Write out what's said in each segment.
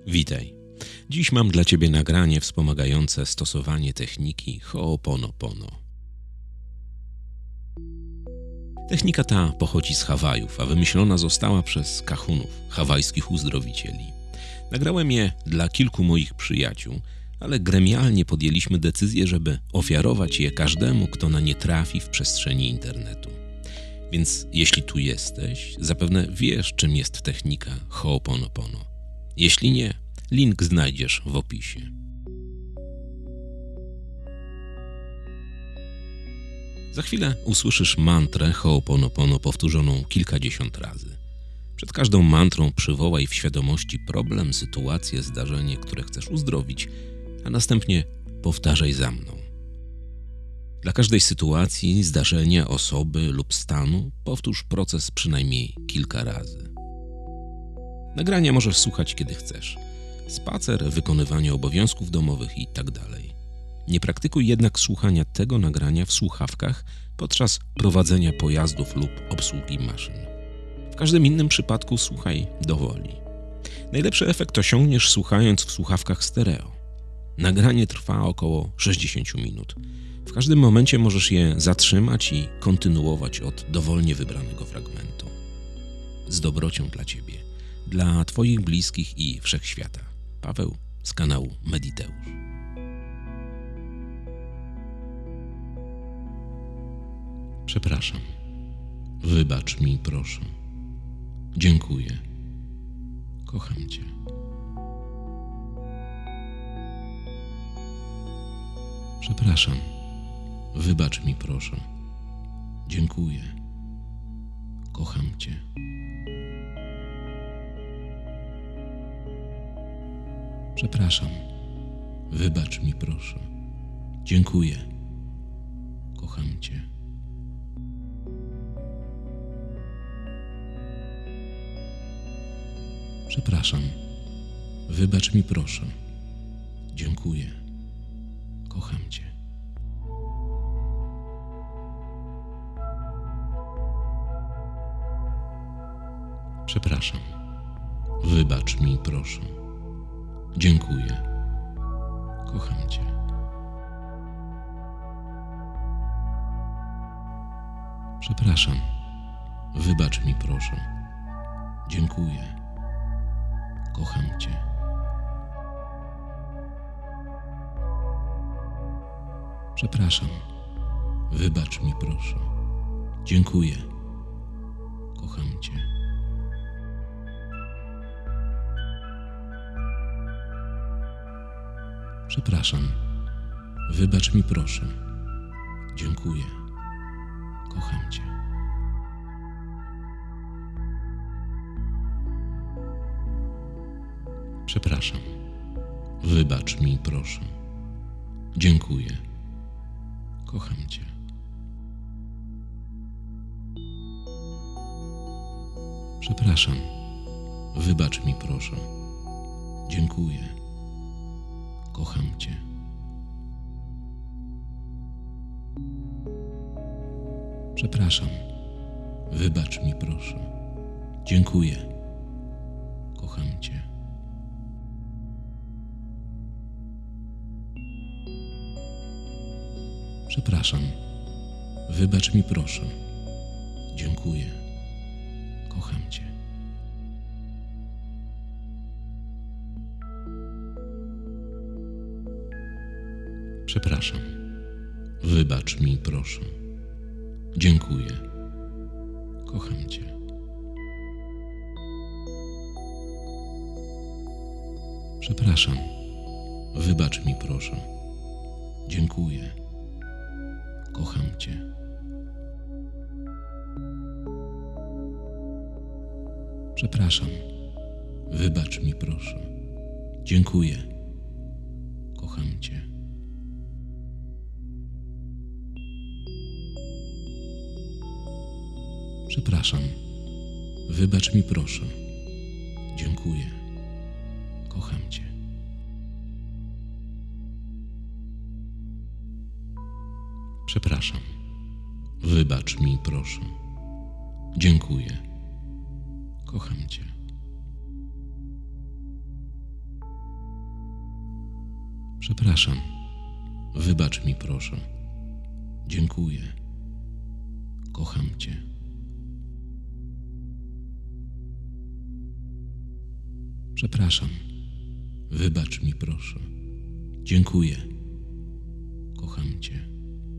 Witaj. Dziś mam dla Ciebie nagranie wspomagające stosowanie techniki Ho'oponopono. Technika ta pochodzi z Hawajów, a wymyślona została przez kahunów, hawajskich uzdrowicieli. Nagrałem je dla kilku moich przyjaciół, ale gremialnie podjęliśmy decyzję, żeby ofiarować je każdemu, kto na nie trafi w przestrzeni internetu. Więc jeśli tu jesteś, zapewne wiesz, czym jest technika Ho'oponopono. Jeśli nie, link znajdziesz w opisie. Za chwilę usłyszysz mantrę Ho'oponopono powtórzoną kilkadziesiąt razy. Przed każdą mantrą przywołaj w świadomości problem, sytuację, zdarzenie, które chcesz uzdrowić, a następnie powtarzaj za mną. Dla każdej sytuacji, zdarzenia, osoby lub stanu powtórz proces przynajmniej kilka razy. Nagrania możesz słuchać kiedy chcesz. Spacer, wykonywanie obowiązków domowych itd. Nie praktykuj jednak słuchania tego nagrania w słuchawkach podczas prowadzenia pojazdów lub obsługi maszyn. W każdym innym przypadku słuchaj dowoli. Najlepszy efekt osiągniesz słuchając w słuchawkach stereo. Nagranie trwa około 60 minut. W każdym momencie możesz je zatrzymać i kontynuować od dowolnie wybranego fragmentu. Z dobrocią dla Ciebie, dla Twoich bliskich i wszechświata. Paweł z kanału Mediteusz. Przepraszam. Wybacz mi, proszę. Dziękuję. Kocham Cię. Przepraszam. Wybacz mi, proszę. Dziękuję. Kocham Cię. Przepraszam. Wybacz mi, proszę. Dziękuję. Kocham Cię. Przepraszam. Wybacz mi, proszę. Dziękuję. Kocham Cię. Przepraszam. Wybacz mi, proszę. Dziękuję. Kocham Cię. Przepraszam. Wybacz mi, proszę. Dziękuję. Kocham Cię. Przepraszam. Wybacz mi, proszę. Dziękuję. Kocham Cię. Przepraszam. Wybacz mi, proszę. Dziękuję. Kocham Cię. Przepraszam. Wybacz mi, proszę. Dziękuję. Kocham Cię. Przepraszam. Wybacz mi, proszę. Dziękuję. Kocham Cię. Przepraszam. Wybacz mi, proszę. Dziękuję. Kocham Cię. Przepraszam. Wybacz mi, proszę. Dziękuję. Kocham Cię. Przepraszam. Wybacz mi, proszę. Dziękuję. Kocham Cię. Przepraszam. Wybacz mi, proszę. Dziękuję. Kocham Cię. Przepraszam. Wybacz mi, proszę. Dziękuję. Kocham Cię. Przepraszam. Wybacz mi, proszę. Dziękuję. Kocham Cię. Przepraszam. Wybacz mi, proszę. Dziękuję. Kocham Cię. Przepraszam. Wybacz mi, proszę. Dziękuję. Kocham cię. Przepraszam. Wybacz mi, proszę. Dziękuję. Kocham cię.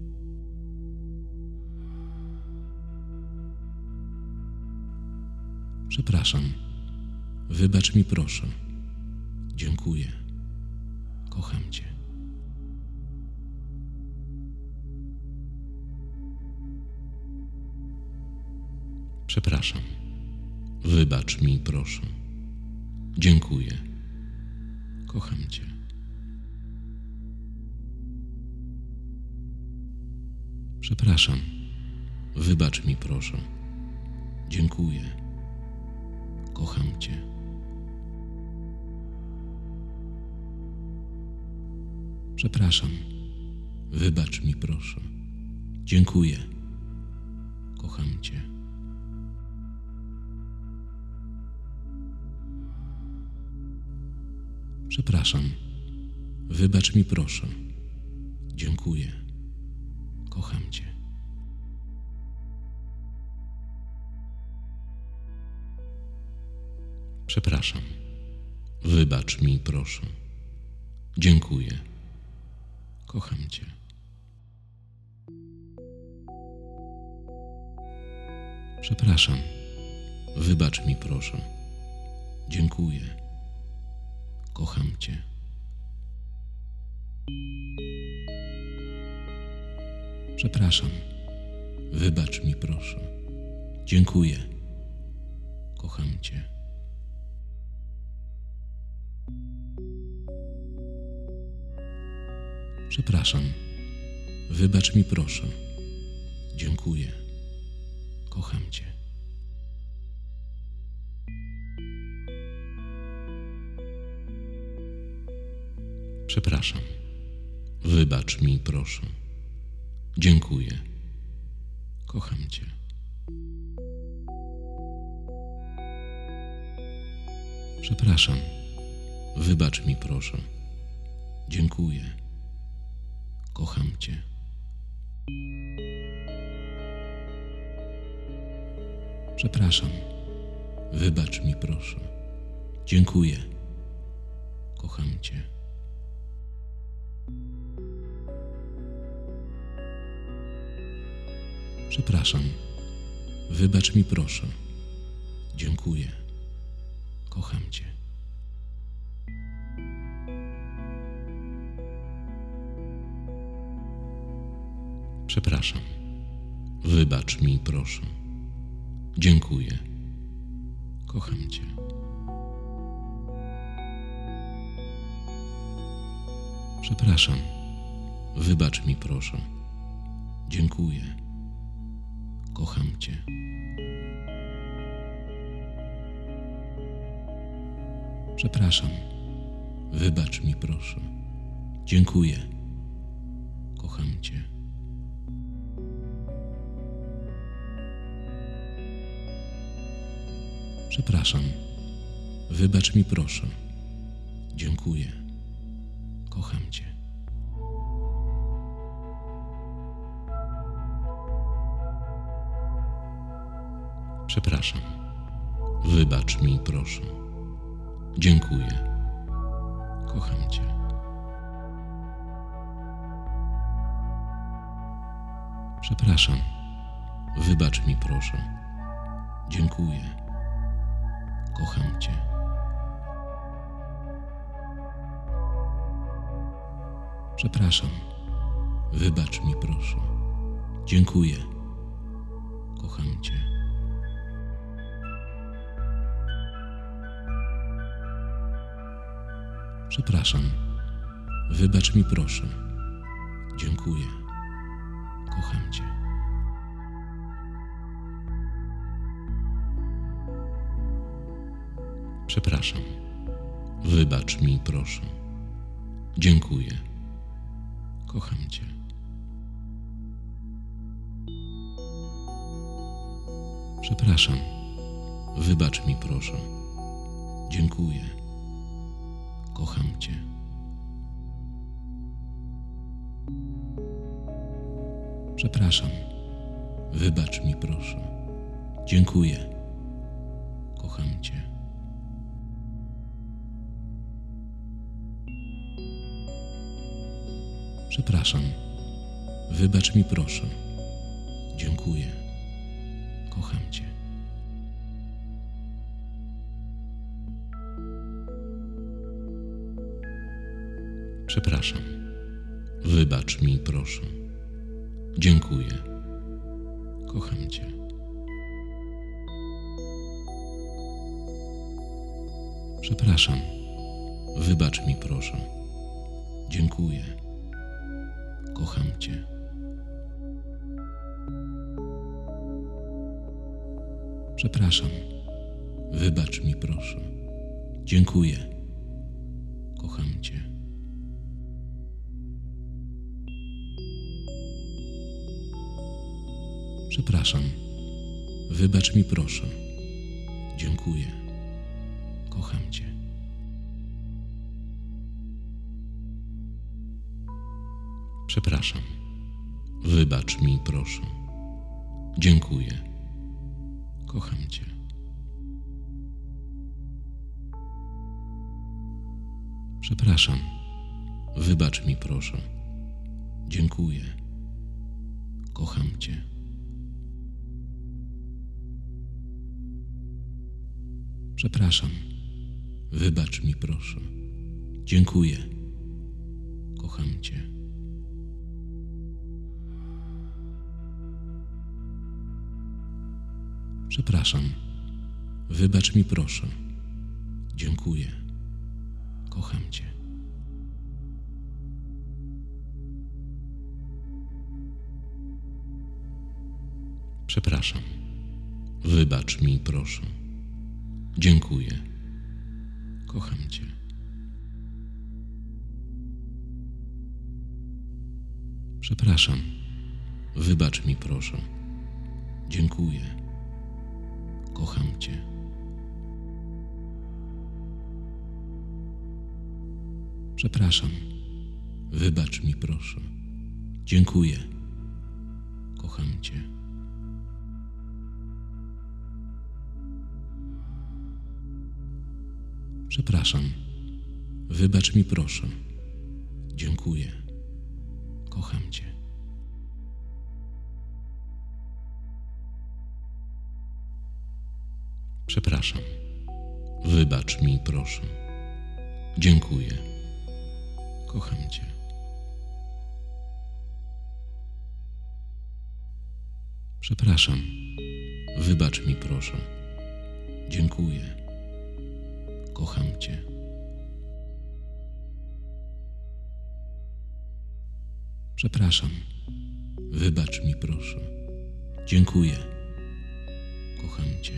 Przepraszam. Wybacz mi, proszę. Dziękuję. Kocham cię. Przepraszam. Wybacz mi, proszę. Dziękuję. Kocham cię. Przepraszam. Wybacz mi, proszę. Dziękuję. Kocham cię. Przepraszam. Wybacz mi, proszę. Dziękuję. Kocham cię. Przepraszam. Wybacz mi, proszę. Dziękuję. Kocham cię. Przepraszam. Wybacz mi, proszę. Dziękuję. Kocham cię. Przepraszam. Wybacz mi, proszę. Dziękuję. Kocham cię. Przepraszam. Wybacz mi, proszę. Dziękuję. Kocham cię. Przepraszam. Wybacz mi, proszę. Dziękuję. Kocham cię. Przepraszam. Wybacz mi, proszę. Dziękuję. Kocham cię. Przepraszam. Wybacz mi, proszę. Dziękuję. Kocham cię. Przepraszam. Wybacz mi, proszę. Dziękuję. Kocham cię. Przepraszam. Wybacz mi, proszę. Dziękuję. Kocham cię. Przepraszam. Wybacz mi, proszę. Dziękuję. Kocham cię. Przepraszam. Wybacz mi, proszę. Dziękuję. Kocham cię. Przepraszam. Wybacz mi, proszę. Dziękuję. Kocham cię. Przepraszam. Wybacz mi, proszę. Dziękuję. Kocham cię. Przepraszam. Wybacz mi, proszę. Dziękuję. Kocham cię. Przepraszam. Wybacz mi, proszę. Dziękuję. Kocham cię. Przepraszam. Wybacz mi, proszę. Dziękuję. Kocham cię. Przepraszam. Wybacz mi, proszę. Dziękuję. Kocham cię. Przepraszam. Wybacz mi, proszę. Dziękuję. Kocham cię. Przepraszam. Wybacz mi, proszę. Dziękuję. Kocham cię. Przepraszam. Wybacz mi, proszę. Dziękuję. Kocham Cię. Przepraszam. Wybacz mi, proszę. Dziękuję. Kocham Cię. Przepraszam. Wybacz mi, proszę. Dziękuję. Kocham Cię. Przepraszam. Wybacz mi, proszę. Dziękuję. Kocham Cię. Przepraszam. Wybacz mi, proszę. Dziękuję. Kocham Cię. Przepraszam. Wybacz mi, proszę. Dziękuję. Kocham Cię. Przepraszam. Wybacz mi, proszę. Dziękuję. Kocham Cię. Przepraszam. Wybacz mi, proszę. Dziękuję. Kocham Cię. Przepraszam. Wybacz mi, proszę. Dziękuję. Kocham Cię. Przepraszam. Wybacz mi, proszę. Dziękuję. Kocham Cię. Przepraszam. Wybacz mi, proszę. Dziękuję. Kocham Cię. Przepraszam. Wybacz mi, proszę. Dziękuję. Kocham Cię. Przepraszam. Wybacz mi, proszę. Dziękuję. Kocham Cię. Przepraszam. Wybacz mi, proszę. Dziękuję. Kocham Cię. Przepraszam. Wybacz mi, proszę. Dziękuję. Kocham Cię. Przepraszam. Wybacz mi, proszę. Dziękuję. Kocham Cię. Przepraszam. Wybacz mi, proszę. Dziękuję. Kocham Cię.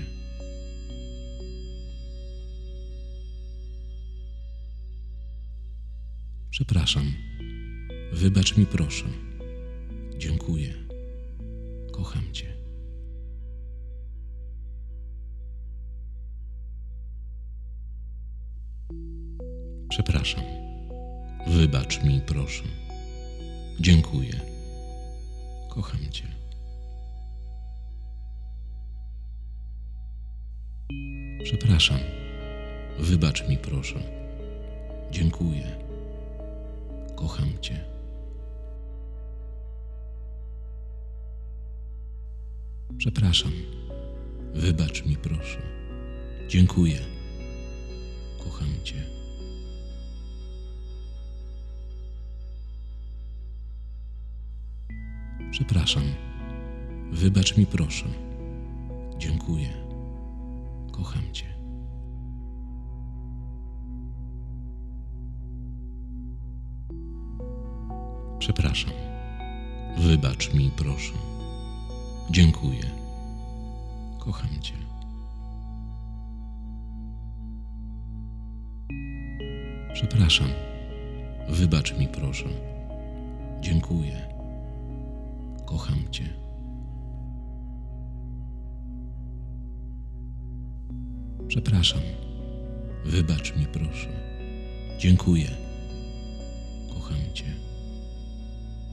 Przepraszam. Wybacz mi, proszę. Dziękuję. Kocham Cię. Przepraszam. Wybacz mi, proszę. Dziękuję. Kocham Cię. Przepraszam. Wybacz mi, proszę. Dziękuję. Kocham Cię. Przepraszam. Wybacz mi, proszę. Dziękuję. Kocham Cię. Przepraszam. Wybacz mi, proszę. Dziękuję. Kocham Cię. Przepraszam. Wybacz mi, proszę. Dziękuję. Kocham Cię. Przepraszam. Wybacz mi, proszę. Dziękuję. Kocham Cię. Przepraszam. Wybacz mi, proszę. Dziękuję. Kocham Cię.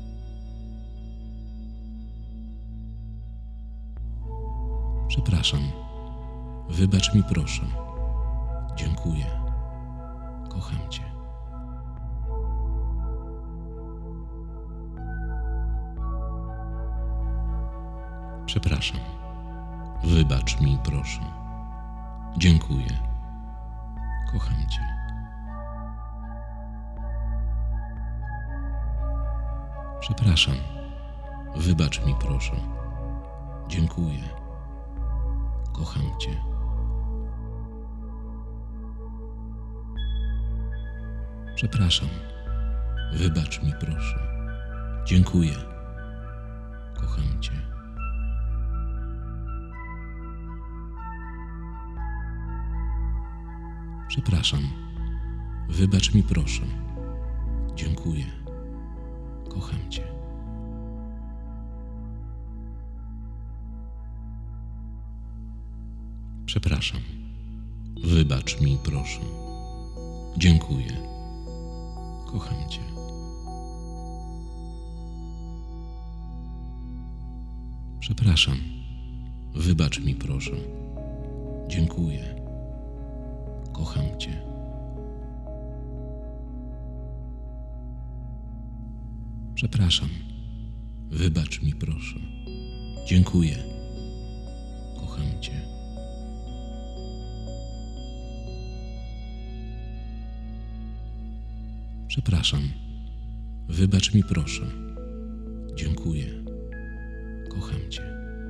Przepraszam. Wybacz mi proszę. Dziękuję. Kocham cię. Przepraszam. Wybacz mi proszę. Dziękuję. Kocham cię. Przepraszam. Wybacz mi proszę. Dziękuję. Kocham cię. Przepraszam. Wybacz mi proszę. Dziękuję. Kocham cię. Przepraszam. Wybacz mi proszę. Dziękuję. Kocham cię. Przepraszam. Wybacz mi proszę. Dziękuję. Kocham cię. Przepraszam. Wybacz mi proszę. Dziękuję. Kocham cię. Przepraszam. Wybacz mi proszę. Dziękuję. Kocham cię. Przepraszam. Wybacz mi proszę. Dziękuję. Kocham cię.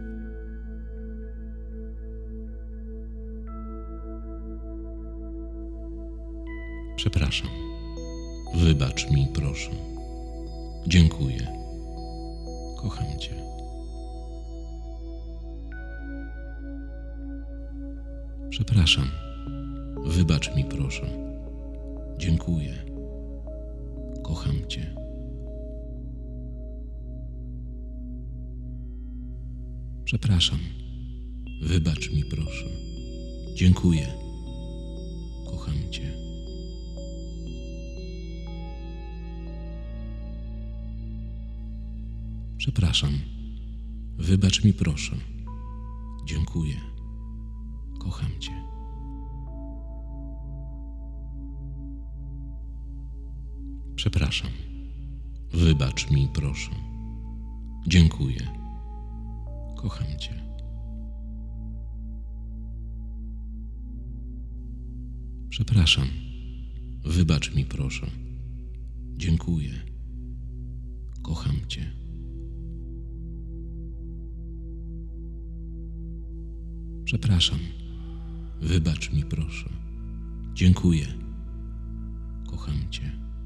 Przepraszam. Wybacz mi proszę. Dziękuję. Kocham cię. Przepraszam. Wybacz mi proszę. Dziękuję. Kocham cię. Przepraszam. Wybacz mi proszę. Dziękuję. Kocham cię. Przepraszam. Wybacz mi proszę. Dziękuję. Kocham cię. Przepraszam. Wybacz mi proszę. Dziękuję. Kocham cię. Przepraszam. Wybacz mi proszę. Dziękuję. Kocham cię. Przepraszam. Wybacz mi proszę. Dziękuję. Kocham cię.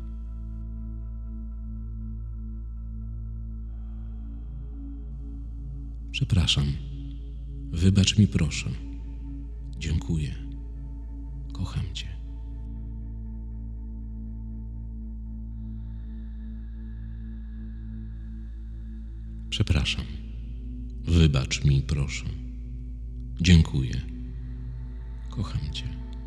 Przepraszam. Wybacz mi proszę. Dziękuję. Kocham cię. Przepraszam. Wybacz mi proszę. Dziękuję. Kocham cię.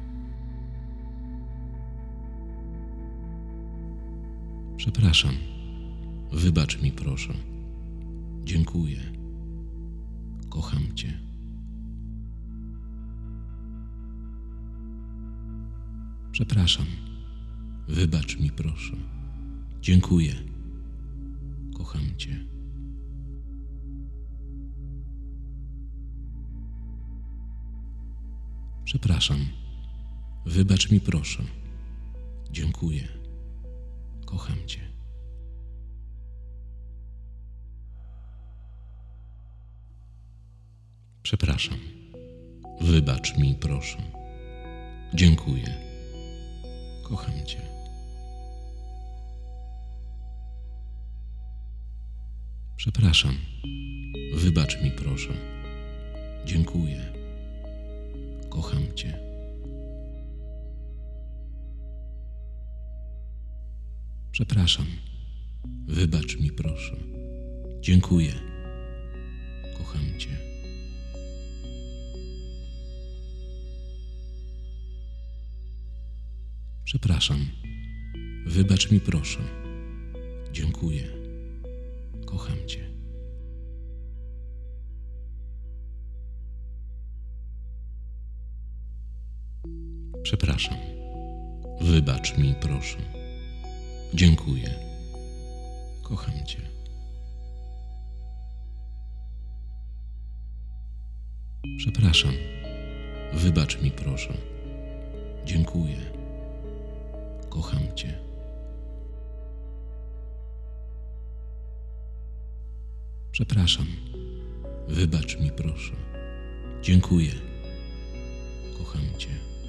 Przepraszam. Wybacz mi proszę. Dziękuję. Kocham cię. Przepraszam. Wybacz mi proszę. Dziękuję. Kocham cię. Przepraszam. Wybacz mi proszę. Dziękuję. Kocham cię. Przepraszam. Wybacz mi proszę. Dziękuję. Kocham cię. Przepraszam. Wybacz mi proszę. Dziękuję. Kocham cię. Przepraszam. Wybacz mi proszę. Dziękuję. Kocham cię. Przepraszam. Wybacz mi proszę. Dziękuję. Kocham cię. Przepraszam. Wybacz mi, proszę. Dziękuję. Kocham cię. Przepraszam. Wybacz mi, proszę. Dziękuję. Kocham cię. Przepraszam. Wybacz mi, proszę. Dziękuję. Kocham cię.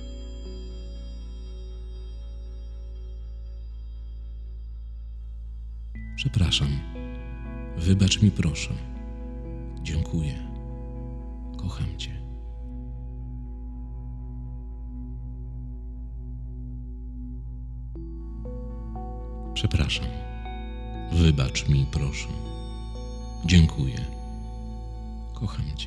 Przepraszam. Wybacz mi, proszę. Dziękuję. Kocham cię. Przepraszam. Wybacz mi, proszę. Dziękuję. Kocham cię.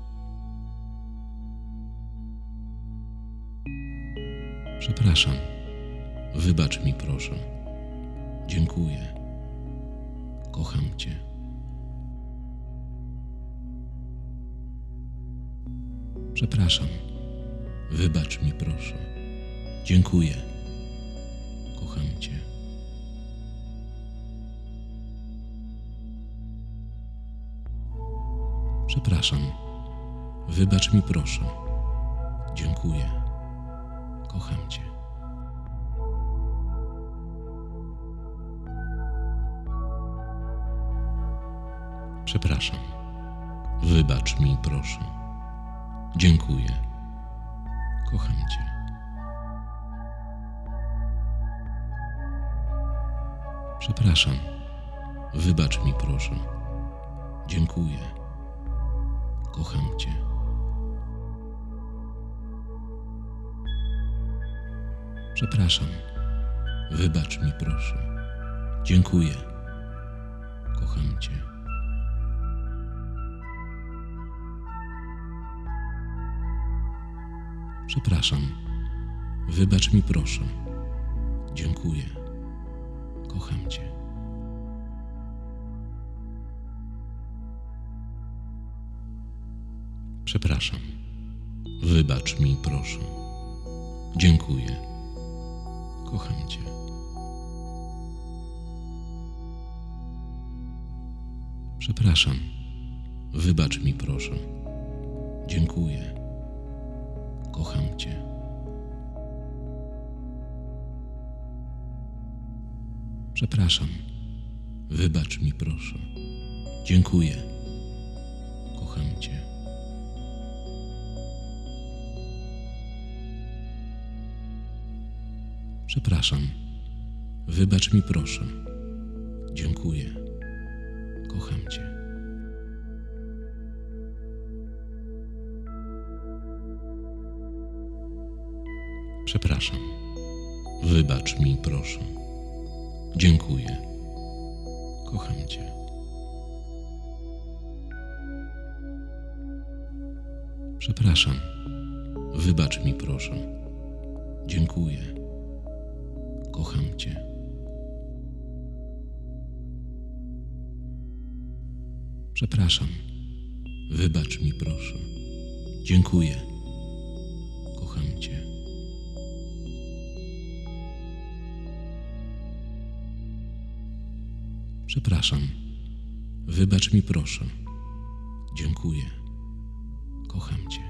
Przepraszam. Wybacz mi, proszę. Dziękuję. Kocham cię. Przepraszam. Wybacz mi, proszę. Dziękuję. Kocham cię. Przepraszam. Wybacz mi, proszę. Dziękuję. Kocham cię. Przepraszam. Wybacz mi, proszę. Dziękuję. Kocham cię. Przepraszam. Wybacz mi, proszę. Dziękuję. Kocham cię. Przepraszam. Wybacz mi, proszę. Dziękuję. Kocham cię. Przepraszam. Wybacz mi, proszę. Dziękuję. Kocham cię. Przepraszam. Wybacz mi, proszę. Dziękuję. Kocham cię. Przepraszam. Wybacz mi, proszę. Dziękuję. Kocham cię. Przepraszam. Wybacz mi, proszę. Dziękuję. Kocham cię. Przepraszam. Wybacz mi, proszę. Dziękuję. Kocham cię. Przepraszam. Wybacz mi, proszę. Dziękuję. Kocham cię. Przepraszam. Wybacz mi, proszę. Dziękuję. Kocham cię. Przepraszam. Wybacz mi, proszę. Dziękuję. Kocham cię. Przepraszam. Wybacz mi, proszę. Dziękuję. Kocham cię.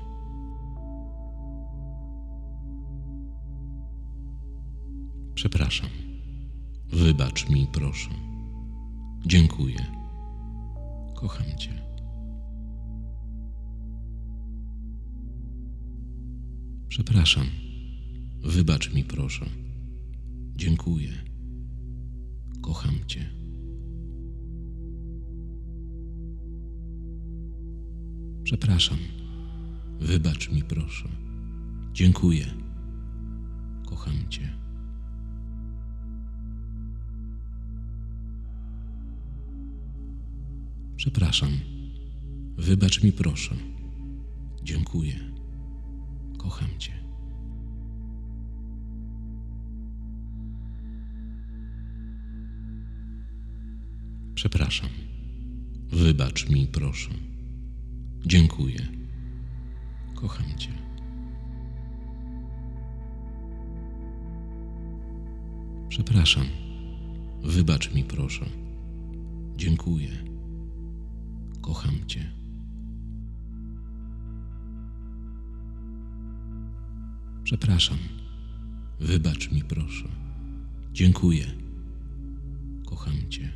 Przepraszam. Wybacz mi, proszę. Dziękuję. Kocham cię. Przepraszam. Wybacz mi, proszę. Dziękuję. Kocham cię. Przepraszam. Wybacz mi, proszę. Dziękuję. Kocham cię. Przepraszam. Wybacz mi, proszę. Dziękuję. Kocham cię. Przepraszam. Wybacz mi, proszę. Dziękuję. Kocham cię. Przepraszam. Wybacz mi, proszę. Dziękuję. Kocham cię. Przepraszam. Wybacz mi, proszę. Dziękuję. Kocham cię.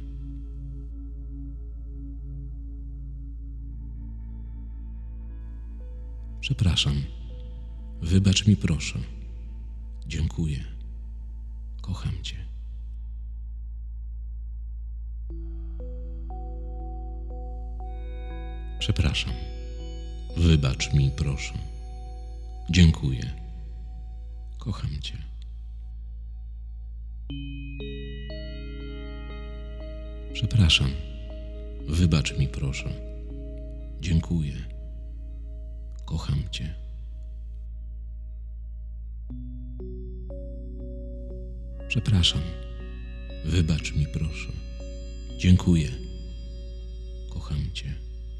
Przepraszam. Wybacz mi, proszę. Dziękuję. Kocham cię. Przepraszam. Wybacz mi, proszę. Dziękuję. Kocham cię. Przepraszam. Wybacz mi, proszę. Dziękuję. Kocham cię. Przepraszam. Wybacz mi, proszę. Dziękuję. Kocham cię.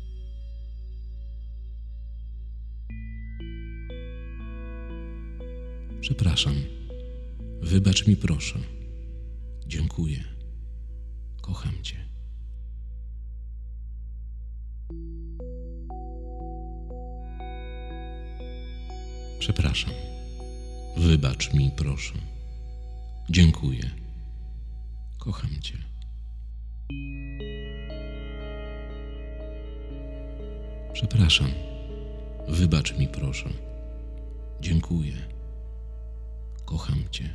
Przepraszam. Wybacz mi, proszę. Dziękuję. Kocham cię. Przepraszam. Wybacz mi, proszę. Dziękuję. Kocham cię. Przepraszam. Wybacz mi, proszę. Dziękuję. Kocham cię.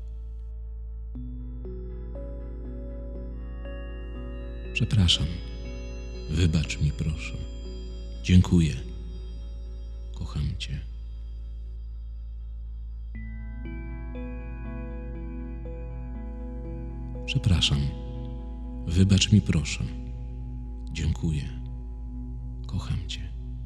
Przepraszam. Wybacz mi, proszę. Dziękuję. Kocham cię. Przepraszam. Wybacz mi, proszę. Dziękuję. Kocham cię.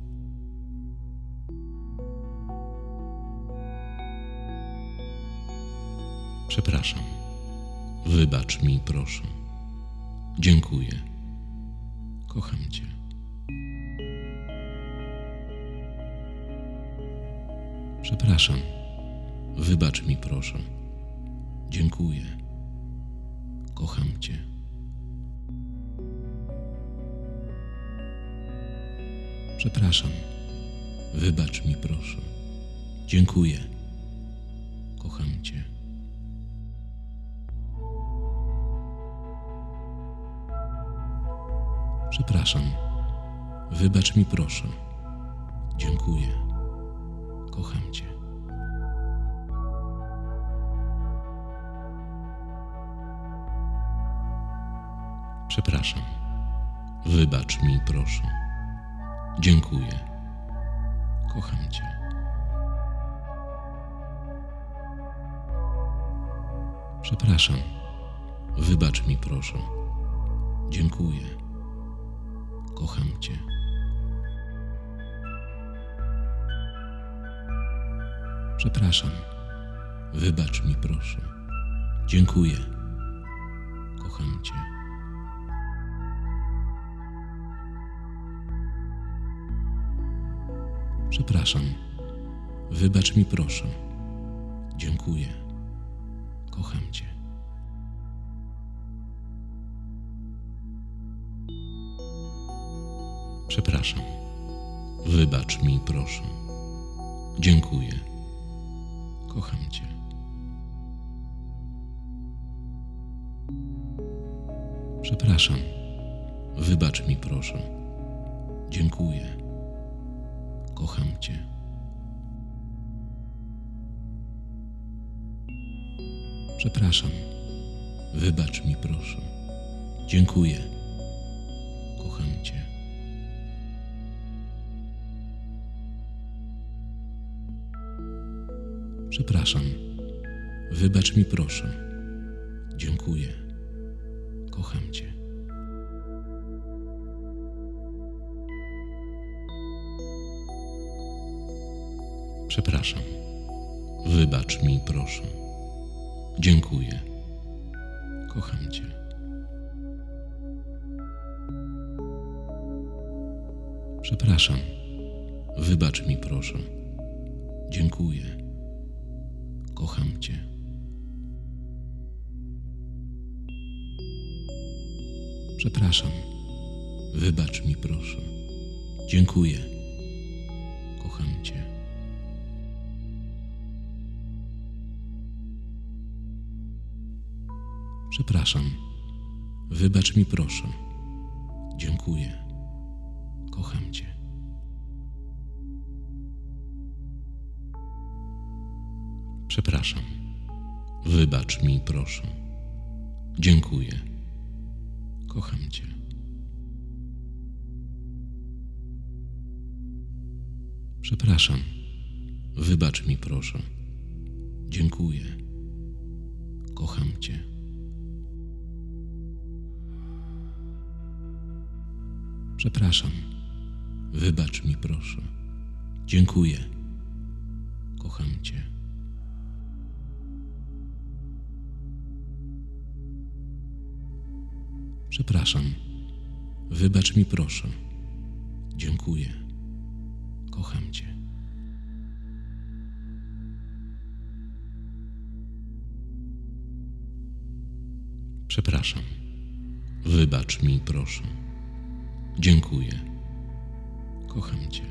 Przepraszam. Wybacz mi, proszę. Dziękuję. Kocham cię. Przepraszam. Wybacz mi, proszę. Dziękuję. Kocham cię. Przepraszam. Wybacz mi, proszę. Dziękuję. Kocham cię. Przepraszam. Wybacz mi, proszę. Dziękuję. Kocham cię. Przepraszam. Wybacz mi, proszę. Dziękuję. Kocham cię. Przepraszam. Wybacz mi, proszę. Dziękuję. Kocham cię. Przepraszam. Wybacz mi, proszę. Dziękuję. Kocham cię. Przepraszam. Wybacz mi, proszę. Dziękuję. Kocham cię. Przepraszam. Wybacz mi, proszę. Dziękuję. Kocham cię. Przepraszam. Wybacz mi, proszę. Dziękuję. Kocham cię. Przepraszam. Wybacz mi, proszę. Dziękuję. Kocham cię. Przepraszam. Wybacz mi, proszę. Dziękuję. Kocham cię. Przepraszam. Wybacz mi, proszę. Dziękuję. Kocham cię. Przepraszam. Wybacz mi, proszę. Dziękuję. Kocham cię. Przepraszam. Wybacz mi, proszę. Dziękuję. Kocham cię. Przepraszam. Wybacz mi, proszę. Dziękuję. Kocham cię. Przepraszam. Wybacz mi, proszę. Dziękuję. Kocham cię. Przepraszam. Wybacz mi, proszę. Dziękuję. Kocham cię. Przepraszam. Wybacz mi, proszę. Dziękuję. Kocham cię. Przepraszam. Wybacz mi, proszę. Dziękuję. Kocham cię. Przepraszam. Wybacz mi, proszę. Dziękuję. Kocham cię.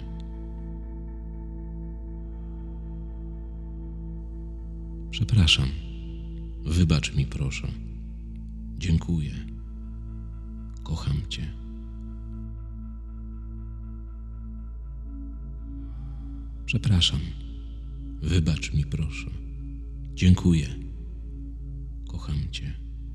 Przepraszam. Wybacz mi, proszę. Dziękuję. Kocham cię. Przepraszam. Wybacz mi, proszę. Dziękuję. Kocham cię.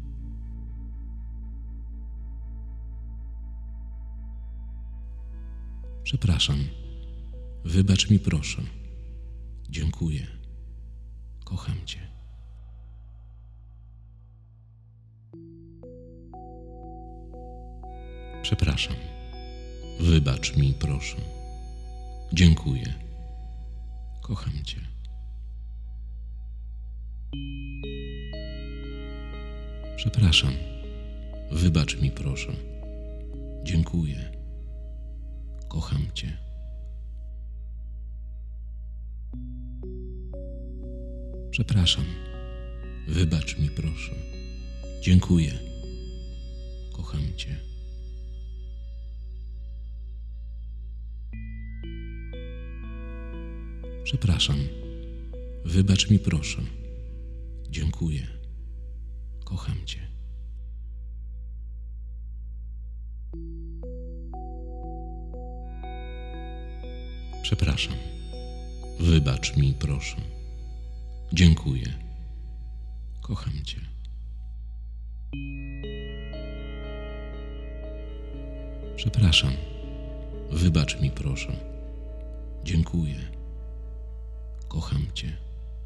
Przepraszam. Wybacz mi, proszę. Dziękuję. Kocham cię. Przepraszam. Wybacz mi, proszę. Dziękuję. Kocham cię. Przepraszam. Wybacz mi, proszę. Dziękuję. Kocham cię. Przepraszam. Wybacz mi, proszę. Dziękuję. Kocham cię. Przepraszam. Wybacz mi, proszę. Dziękuję. Kocham cię. Przepraszam. Wybacz mi, proszę. Dziękuję. Kocham cię. Przepraszam. Wybacz mi, proszę. Dziękuję. Kocham cię.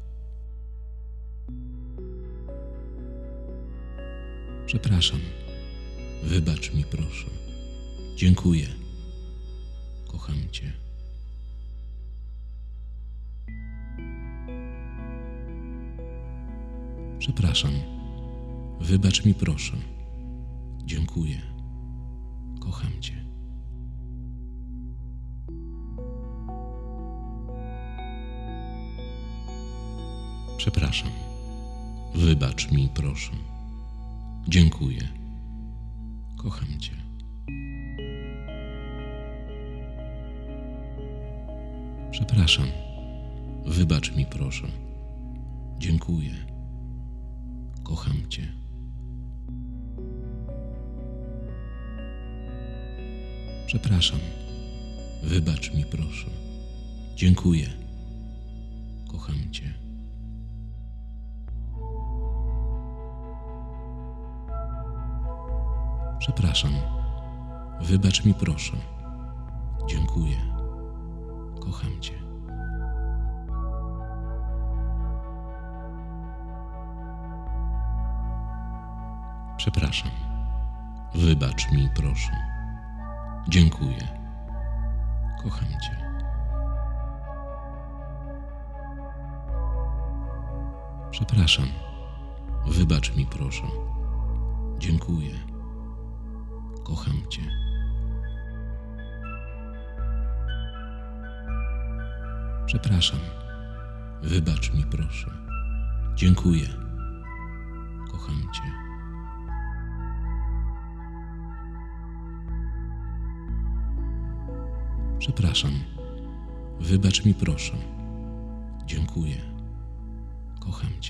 Przepraszam. Wybacz mi, proszę. Dziękuję. Kocham cię. Przepraszam. Wybacz mi, proszę. Dziękuję. Kocham cię. Przepraszam. Wybacz mi, proszę. Dziękuję. Kocham cię. Przepraszam. Wybacz mi, proszę. Dziękuję. Kocham cię. Przepraszam. Wybacz mi, proszę. Dziękuję. Kocham cię. Przepraszam. Wybacz mi, proszę. Dziękuję. Kocham cię. Przepraszam. Wybacz mi, proszę. Dziękuję. Kocham cię. Przepraszam. Wybacz mi, proszę. Dziękuję. Kocham cię. Przepraszam. Wybacz mi, proszę. Dziękuję. Kocham cię. Przepraszam. Wybacz mi proszę. Dziękuję. Kocham cię.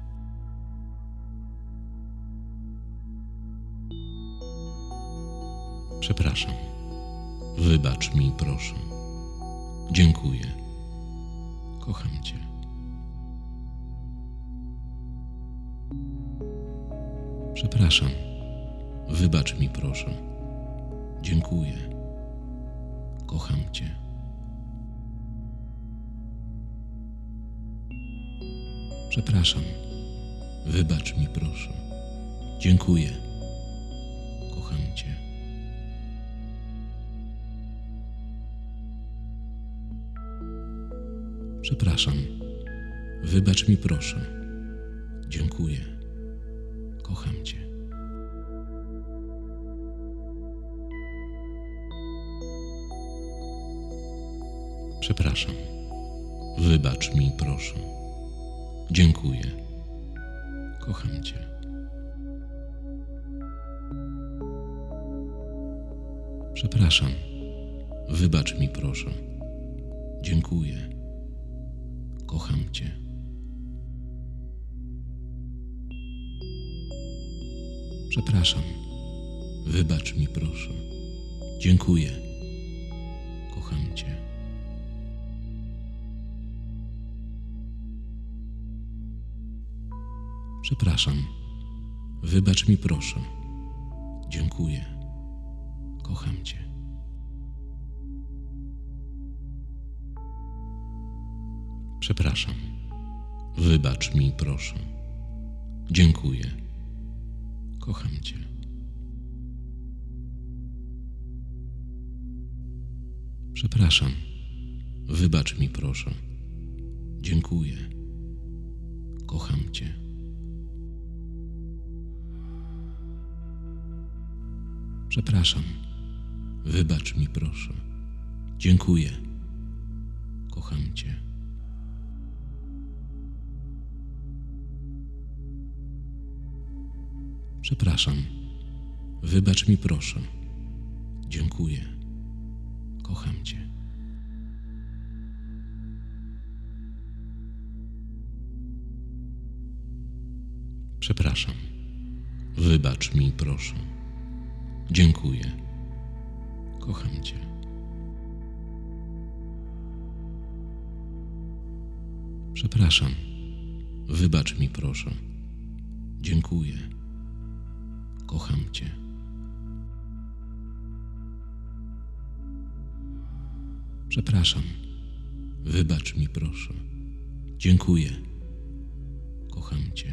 Przepraszam. Wybacz mi proszę. Dziękuję. Kocham cię. Przepraszam. Wybacz mi proszę. Dziękuję. Kocham cię. Przepraszam. Wybacz mi proszę. Dziękuję. Kocham cię. Przepraszam. Wybacz mi proszę. Dziękuję. Kocham cię. Przepraszam. Wybacz mi proszę. Dziękuję. Kocham cię. Przepraszam. Wybacz mi proszę. Dziękuję. Kocham cię. Przepraszam. Wybacz mi proszę. Dziękuję. Kocham cię. Przepraszam. Wybacz mi proszę. Dziękuję. Kocham cię. Przepraszam. Wybacz mi proszę. Dziękuję. Kocham cię. Przepraszam. Wybacz mi proszę. Dziękuję. Kocham cię. Przepraszam. Wybacz mi proszę. Dziękuję. Kocham cię. Przepraszam. Wybacz mi proszę. Dziękuję. Kocham cię. Przepraszam. Wybacz mi proszę. Dziękuję. Kocham cię. Przepraszam. Wybacz mi proszę. Dziękuję. Kocham cię. Przepraszam. Wybacz mi proszę. Dziękuję. Kocham cię.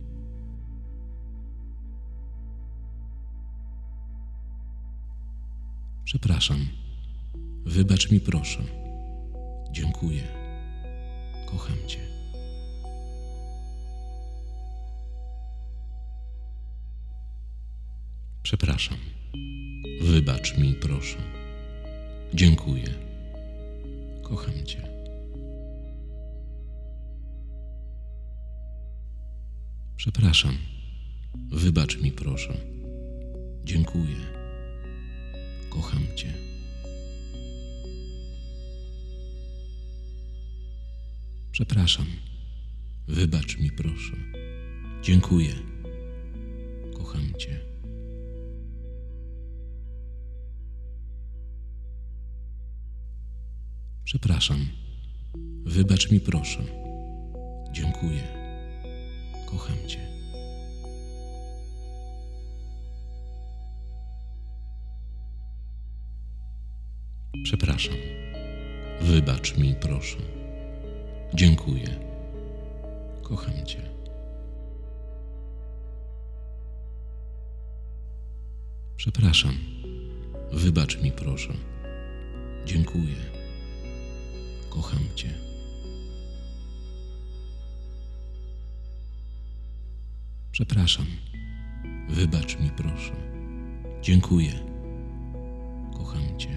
Przepraszam. Wybacz mi proszę. Dziękuję. Kocham cię. Przepraszam. Wybacz mi proszę. Dziękuję. Kocham cię. Przepraszam. Wybacz mi proszę. Dziękuję. Kocham cię. Przepraszam. Wybacz mi proszę. Dziękuję. Kocham cię. Przepraszam. Wybacz mi proszę. Dziękuję. Kocham cię. Przepraszam. Wybacz mi proszę. Dziękuję. Kocham cię. Przepraszam. Wybacz mi proszę. Dziękuję. Kocham cię. Przepraszam. Wybacz mi proszę. Dziękuję. Kocham cię.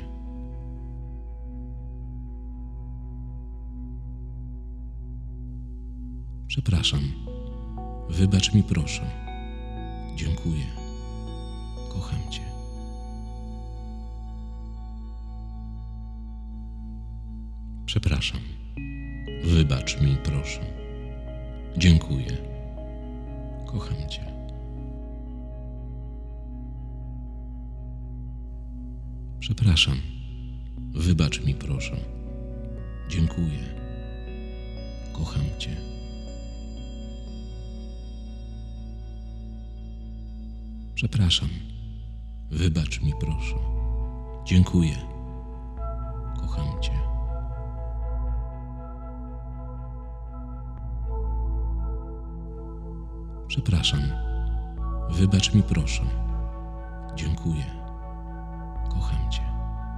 Przepraszam. Wybacz mi proszę. Dziękuję. Kocham cię. Przepraszam. Wybacz mi, proszę. Dziękuję. Kocham cię. Przepraszam. Wybacz mi, proszę. Dziękuję. Kocham cię. Przepraszam. Wybacz mi, proszę. Dziękuję. Kocham cię. Przepraszam. Wybacz mi, proszę. Dziękuję. Kocham cię.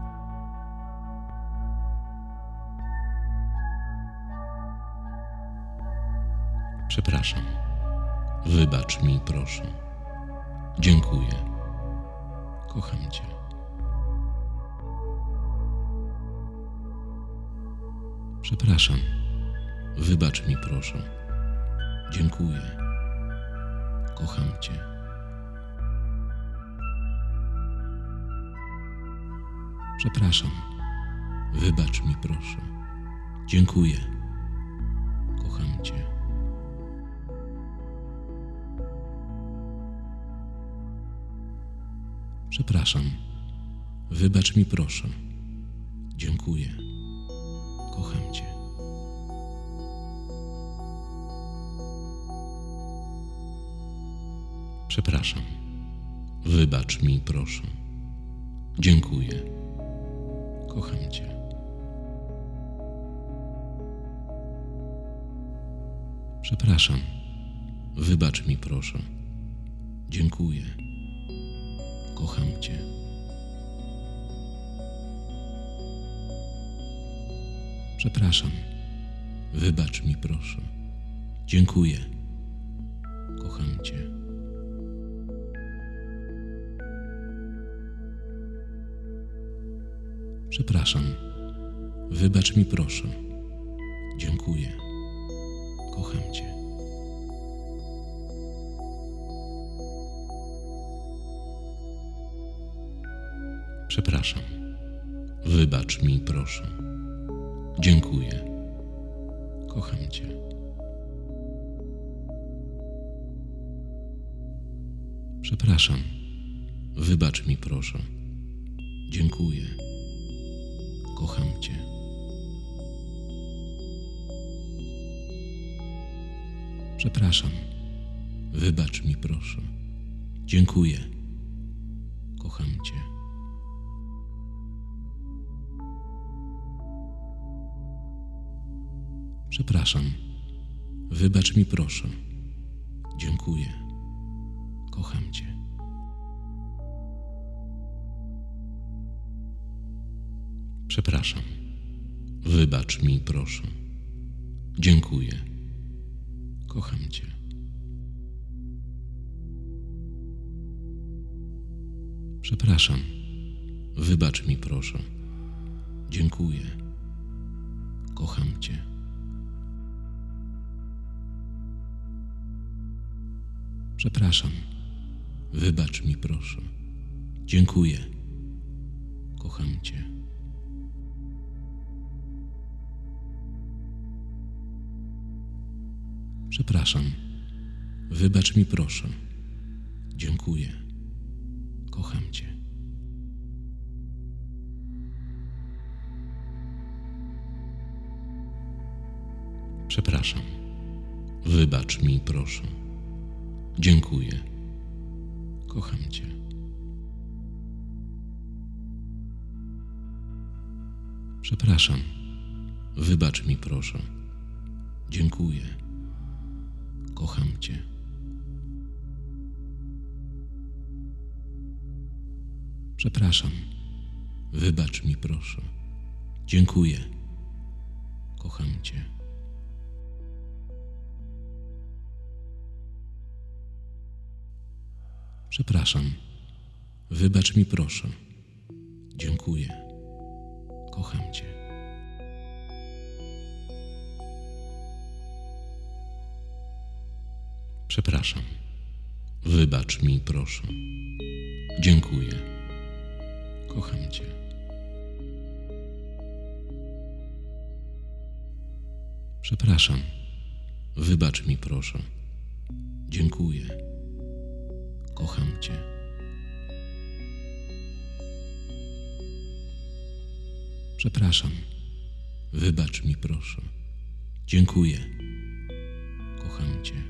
Przepraszam. Wybacz mi, proszę. Dziękuję. Kocham cię. Przepraszam. Wybacz mi, proszę. Dziękuję. Kocham cię. Przepraszam. Wybacz mi, proszę. Dziękuję. Kocham cię. Przepraszam. Wybacz mi, proszę. Dziękuję. Kocham cię. Przepraszam. Wybacz mi, proszę. Dziękuję. Kocham cię. Przepraszam. Wybacz mi, proszę. Dziękuję. Kocham cię. Przepraszam. Wybacz mi, proszę. Dziękuję. Kocham cię. Przepraszam. Wybacz mi, proszę. Dziękuję. Kocham cię. Przepraszam. Wybacz mi, proszę. Dziękuję. Kocham cię. Przepraszam. Wybacz mi, proszę. Dziękuję. Kocham cię. Przepraszam. Wybacz mi, proszę. Dziękuję. Kocham cię. Przepraszam. Wybacz mi, proszę. Dziękuję. Kocham cię. Przepraszam. Wybacz mi, proszę. Dziękuję. Kocham cię. Przepraszam. Wybacz mi, proszę. Dziękuję. Kocham cię. Przepraszam. Wybacz mi, proszę. Dziękuję. Kocham cię. Przepraszam. Wybacz mi, proszę. Dziękuję. Kocham cię. Przepraszam. Wybacz mi, proszę. Dziękuję. Kocham cię. Przepraszam. Wybacz mi, proszę. Dziękuję. Kocham cię. Przepraszam. Wybacz mi, proszę. Dziękuję. Kocham cię. Przepraszam. Wybacz mi, proszę. Dziękuję. Kocham cię. Przepraszam. Wybacz mi, proszę. Dziękuję. Kocham cię. Przepraszam. Wybacz mi, proszę. Dziękuję. Kocham cię. Przepraszam. Wybacz mi, proszę. Dziękuję. Kocham cię.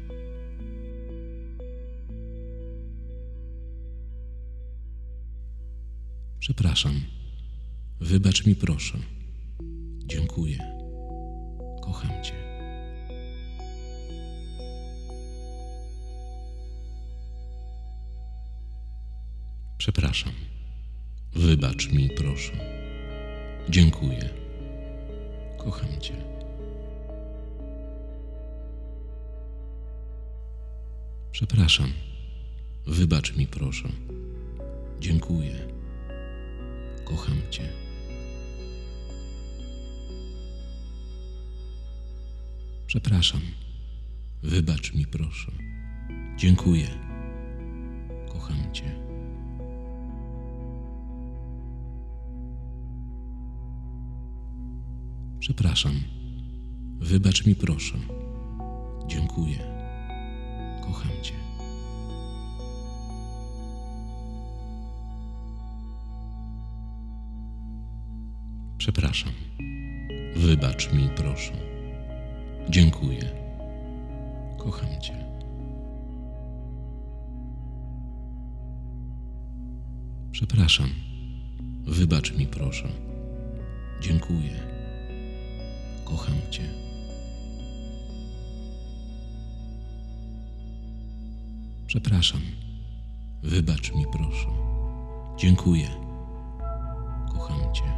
Przepraszam. Wybacz mi, proszę. Dziękuję. Kocham cię. Przepraszam. Wybacz mi, proszę. Dziękuję. Kocham cię. Przepraszam. Wybacz mi, proszę. Dziękuję. Kocham cię. Przepraszam. Wybacz mi, proszę. Dziękuję. Kocham cię. Przepraszam. Wybacz mi, proszę. Dziękuję. Kocham cię. Przepraszam. Wybacz mi, proszę. Dziękuję. Kocham cię. Przepraszam. Wybacz mi, proszę. Dziękuję. Kocham cię. Przepraszam. Wybacz mi, proszę. Dziękuję. Kocham cię.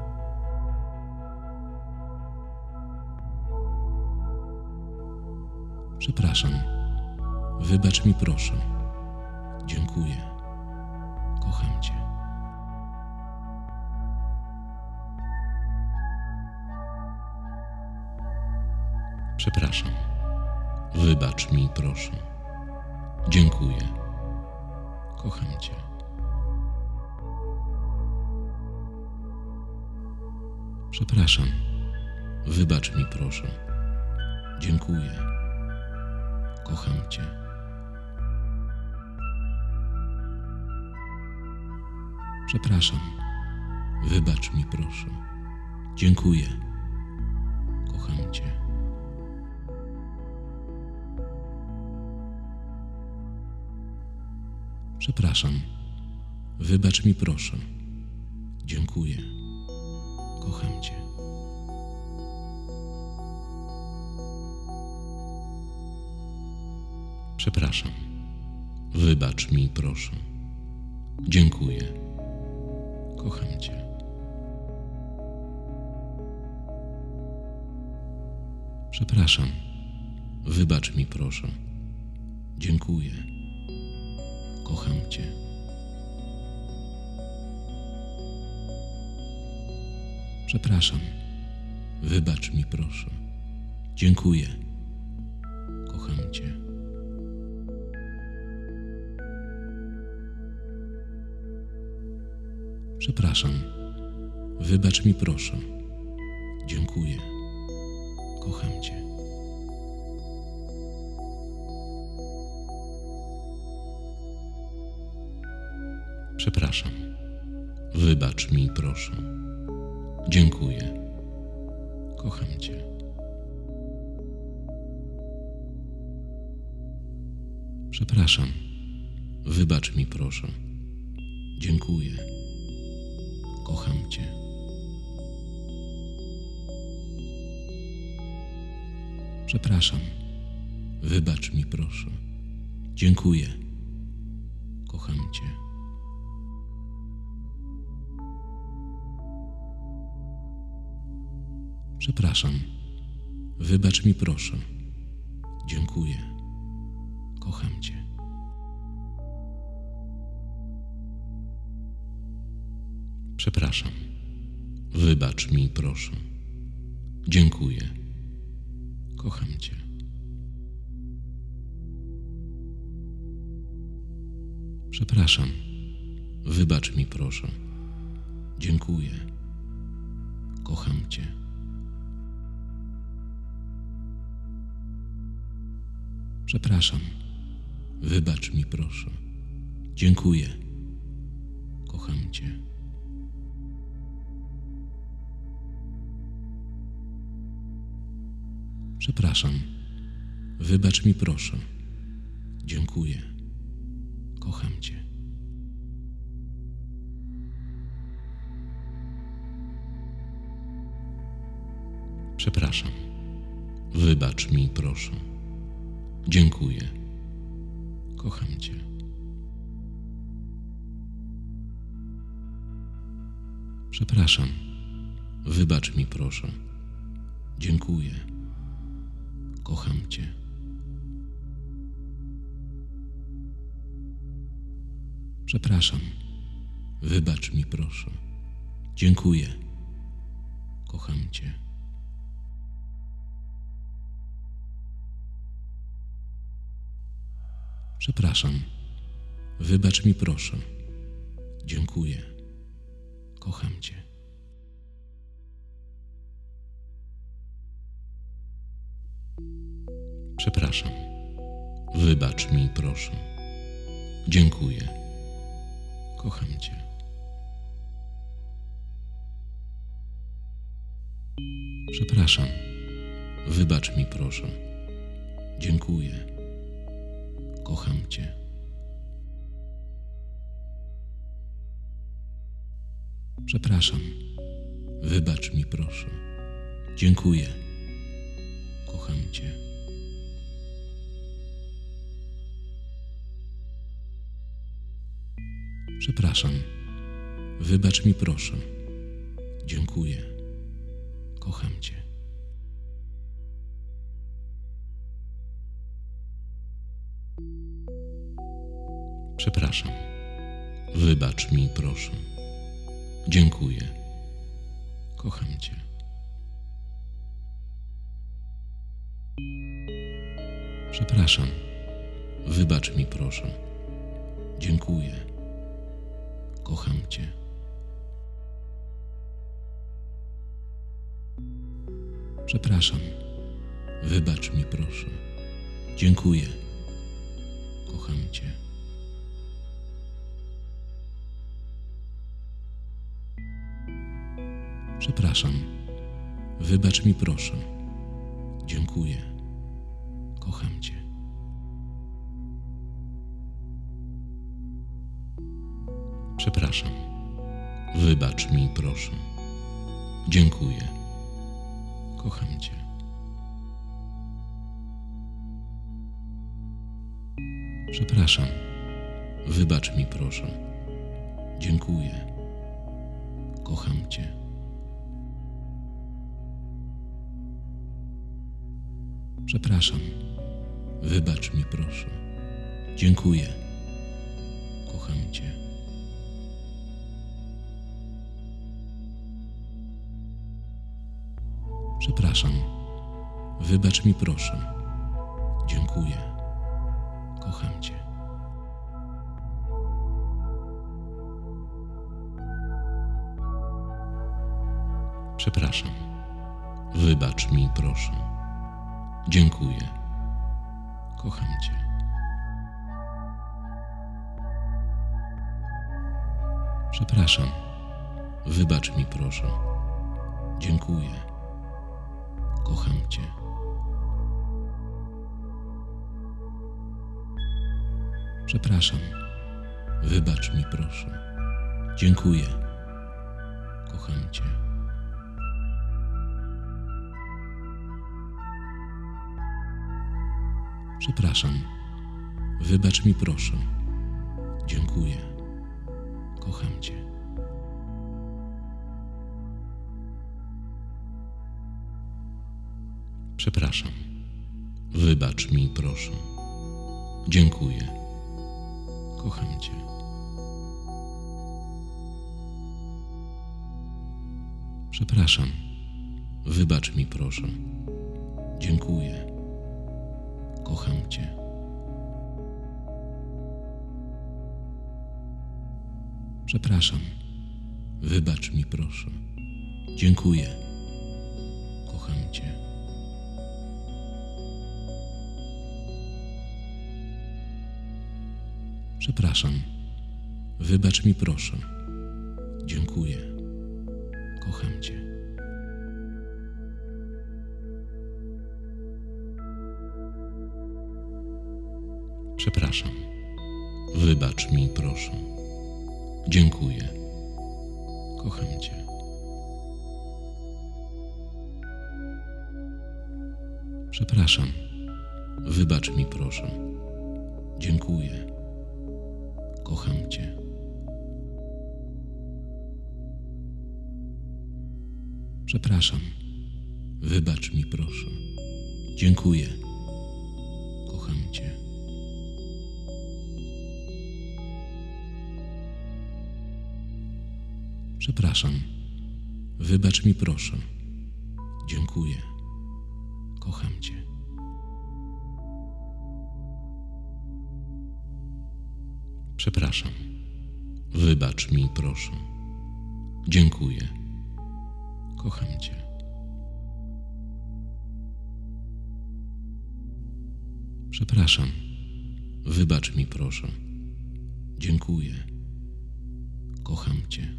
Przepraszam. Wybacz mi, proszę. Dziękuję. Kocham cię. Przepraszam. Wybacz mi, proszę. Dziękuję. Kocham cię. Przepraszam. Wybacz mi, proszę. Dziękuję. Kocham cię. Przepraszam. Wybacz mi, proszę. Dziękuję. Kocham cię. Przepraszam. Wybacz mi, proszę. Dziękuję. Kocham cię. Przepraszam. Wybacz mi, proszę. Dziękuję. Kocham cię. Przepraszam. Wybacz mi, proszę. Dziękuję. Kocham cię. Przepraszam. Wybacz mi, proszę. Dziękuję. Kocham cię. Przepraszam. Wybacz mi, proszę. Dziękuję. Kocham cię. Przepraszam. Wybacz mi, proszę. Dziękuję. Kocham cię. Przepraszam. Wybacz mi, proszę. Dziękuję. Kocham cię. Przepraszam. Wybacz mi, proszę. Dziękuję. Kocham cię. Przepraszam. Wybacz mi, proszę. Dziękuję. Kocham cię. Przepraszam. Wybacz mi, proszę. Dziękuję. Kocham cię. Przepraszam. Wybacz mi, proszę. Dziękuję. Kocham cię. Przepraszam. Wybacz mi, proszę. Dziękuję. Kocham cię. Przepraszam. Wybacz mi, proszę. Dziękuję. Kocham cię. Przepraszam. Wybacz mi, proszę. Dziękuję. Kocham cię. Przepraszam. Wybacz mi, proszę. Dziękuję. Kocham cię. Przepraszam. Wybacz mi, proszę. Dziękuję. Kocham cię. Przepraszam. Wybacz mi, proszę. Dziękuję. Kocham cię. Przepraszam. Wybacz mi, proszę. Dziękuję. Kocham cię. Przepraszam. Wybacz mi, proszę. Dziękuję. Kocham cię. Przepraszam. Wybacz mi, proszę. Dziękuję. Kocham cię. Przepraszam. Wybacz mi, proszę. Dziękuję. Kocham cię. Przepraszam. Wybacz mi, proszę. Dziękuję. Kocham cię. Przepraszam. Wybacz mi, proszę. Dziękuję. Kocham cię. Przepraszam. Wybacz mi, proszę. Dziękuję. Kocham cię. Przepraszam. Wybacz mi, proszę. Dziękuję. Kocham cię. Przepraszam. Wybacz mi, proszę. Dziękuję. Kocham cię. Przepraszam. Wybacz mi, proszę. Dziękuję. Kocham cię. Przepraszam. Wybacz mi, proszę. Dziękuję. Kocham cię. Przepraszam. Wybacz mi, proszę. Dziękuję. Kocham cię. Przepraszam. Wybacz mi, proszę. Dziękuję. Kocham cię. Przepraszam. Wybacz mi, proszę. Dziękuję. Kocham cię. Przepraszam. Wybacz mi, proszę. Dziękuję. Kocham cię. Przepraszam. Wybacz mi, proszę. Dziękuję. Kocham cię. Przepraszam. Wybacz mi, proszę. Dziękuję. Kocham cię. Przepraszam. Wybacz mi, proszę. Dziękuję. Kocham cię. Przepraszam. Wybacz mi, proszę. Dziękuję. Kocham cię. Przepraszam. Wybacz mi proszę. Dziękuję. Kocham cię. Przepraszam. Wybacz mi proszę. Dziękuję. Kocham cię. Przepraszam. Wybacz mi proszę. Dziękuję. Kocham cię. Przepraszam. Wybacz mi proszę. Dziękuję. Kocham cię. Przepraszam. Wybacz mi proszę. Dziękuję. Kocham cię. Przepraszam. Wybacz mi proszę. Dziękuję. Kocham cię. Przepraszam. Wybacz mi proszę. Dziękuję. Kocham cię.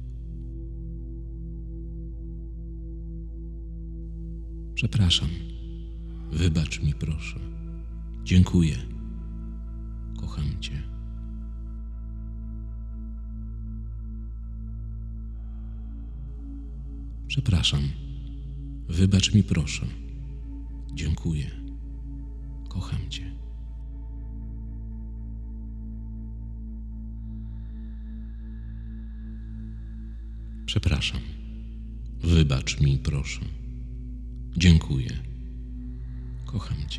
Przepraszam. Wybacz mi proszę. Dziękuję. Kocham cię. Przepraszam. Wybacz mi proszę. Dziękuję. Kocham cię. Przepraszam. Wybacz mi proszę. Dziękuję. Kocham cię.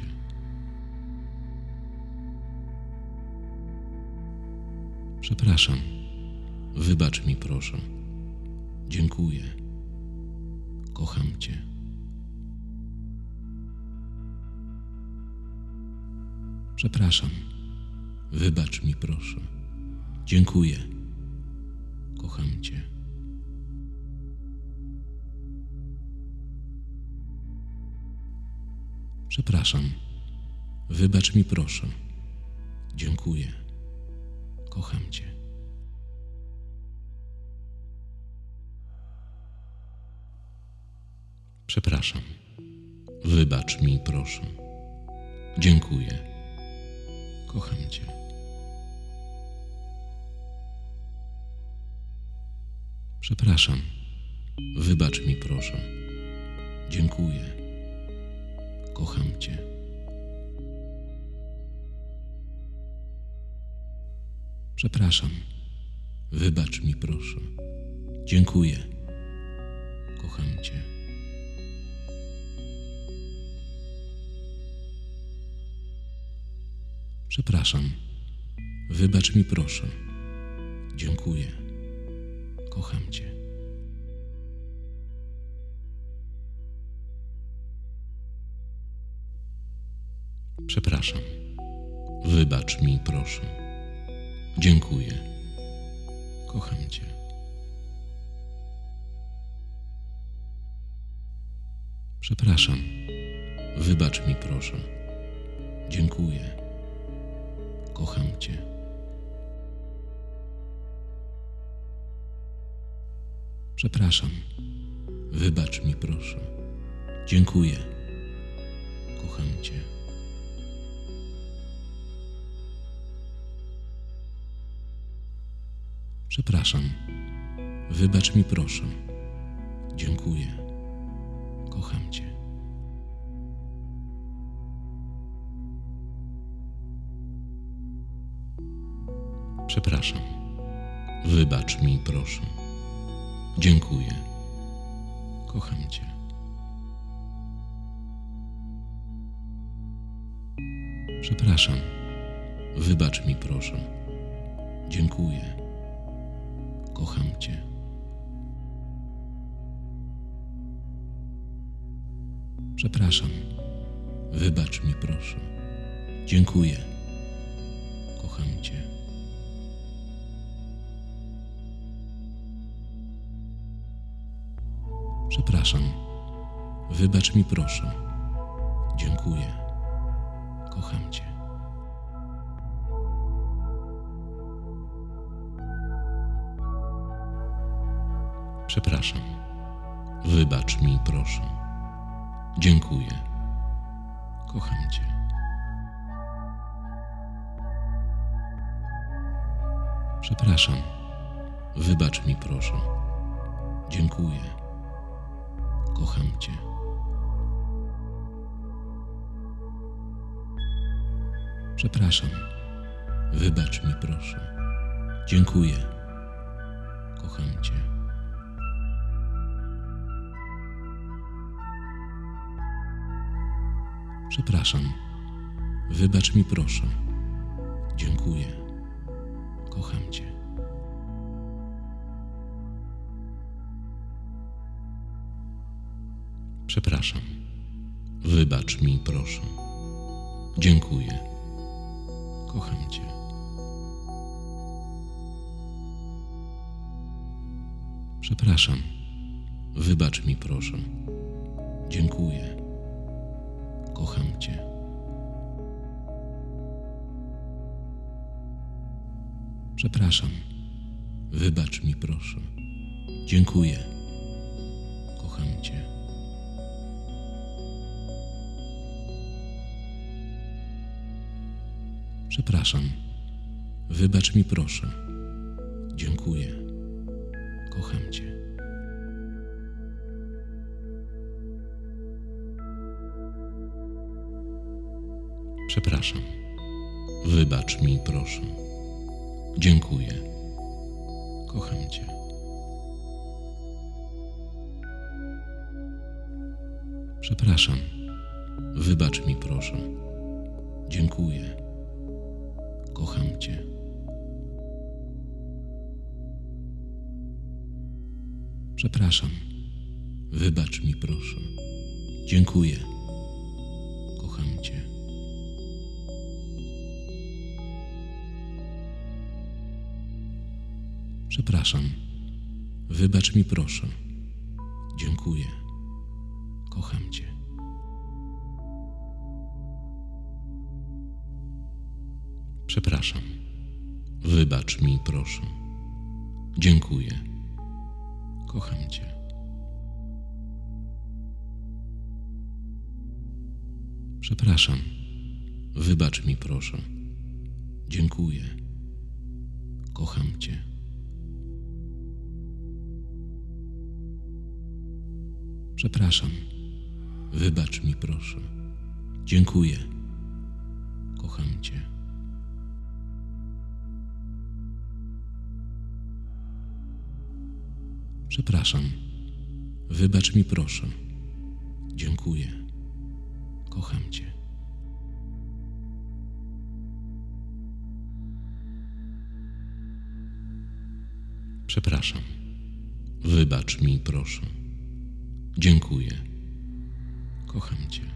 Przepraszam. Wybacz mi proszę. Dziękuję. Kocham cię. Przepraszam. Wybacz mi proszę. Dziękuję. Kocham cię. Przepraszam. Wybacz mi proszę. Dziękuję. Kocham cię. Przepraszam. Wybacz mi proszę. Dziękuję. Kocham cię. Przepraszam. Wybacz mi proszę. Dziękuję. Kocham cię. Przepraszam. Wybacz mi proszę. Dziękuję. Kocham cię. Przepraszam. Wybacz mi proszę. Dziękuję. Kocham cię. Przepraszam. Wybacz mi proszę. Dziękuję. Kocham cię. Przepraszam. Wybacz mi proszę. Dziękuję. Kocham cię. Przepraszam. Wybacz mi proszę. Dziękuję. Kocham cię. Przepraszam. Wybacz mi proszę. Dziękuję. Kocham cię. Przepraszam. Wybacz mi proszę. Dziękuję. Kocham cię. Przepraszam. Wybacz mi proszę. Dziękuję. Kocham cię. Przepraszam. Wybacz mi proszę. Dziękuję. Kocham cię. Przepraszam. Wybacz mi proszę. Dziękuję. Kocham cię. Przepraszam. Wybacz mi, proszę. Dziękuję. Kocham cię. Przepraszam. Wybacz mi, proszę. Dziękuję. Kocham cię. Przepraszam. Wybacz mi, proszę. Dziękuję. Kocham cię. Przepraszam. Wybacz mi, proszę. Dziękuję. Kocham cię. Przepraszam. Wybacz mi, proszę. Dziękuję. Kocham cię. Przepraszam. Wybacz mi, proszę. Dziękuję. Kocham cię. Przepraszam. Wybacz mi, proszę. Dziękuję. Kocham cię. Przepraszam. Wybacz mi, proszę. Dziękuję. Kocham cię. Przepraszam. Wybacz mi, proszę. Dziękuję. Kocham cię. Przepraszam. Wybacz mi, proszę. Dziękuję. Kocham cię. Przepraszam. Wybacz mi, proszę. Dziękuję. Kocham cię. Przepraszam. Wybacz mi, proszę. Dziękuję. Kocham cię. Przepraszam. Wybacz mi, proszę. Dziękuję. Kocham cię. Przepraszam. Wybacz mi, proszę. Dziękuję. Kocham cię. Przepraszam. Wybacz mi, proszę. Dziękuję. Kocham cię. Przepraszam. Wybacz mi, proszę. Dziękuję. Kocham cię. Przepraszam. Wybacz mi, proszę. Dziękuję. Kocham cię.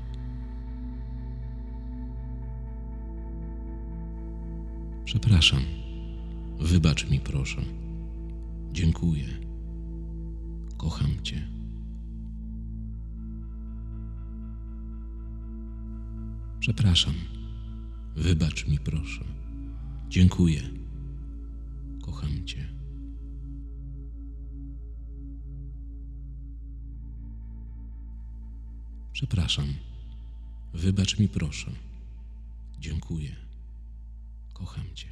Przepraszam. Wybacz mi, proszę. Dziękuję. Kocham cię. Przepraszam. Wybacz mi, proszę. Dziękuję. Kocham cię. Przepraszam. Wybacz mi, proszę. Dziękuję. Kocham cię.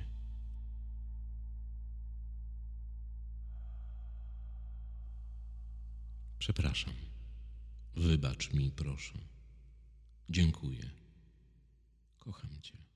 Przepraszam. Wybacz mi, proszę. Dziękuję. Kocham cię.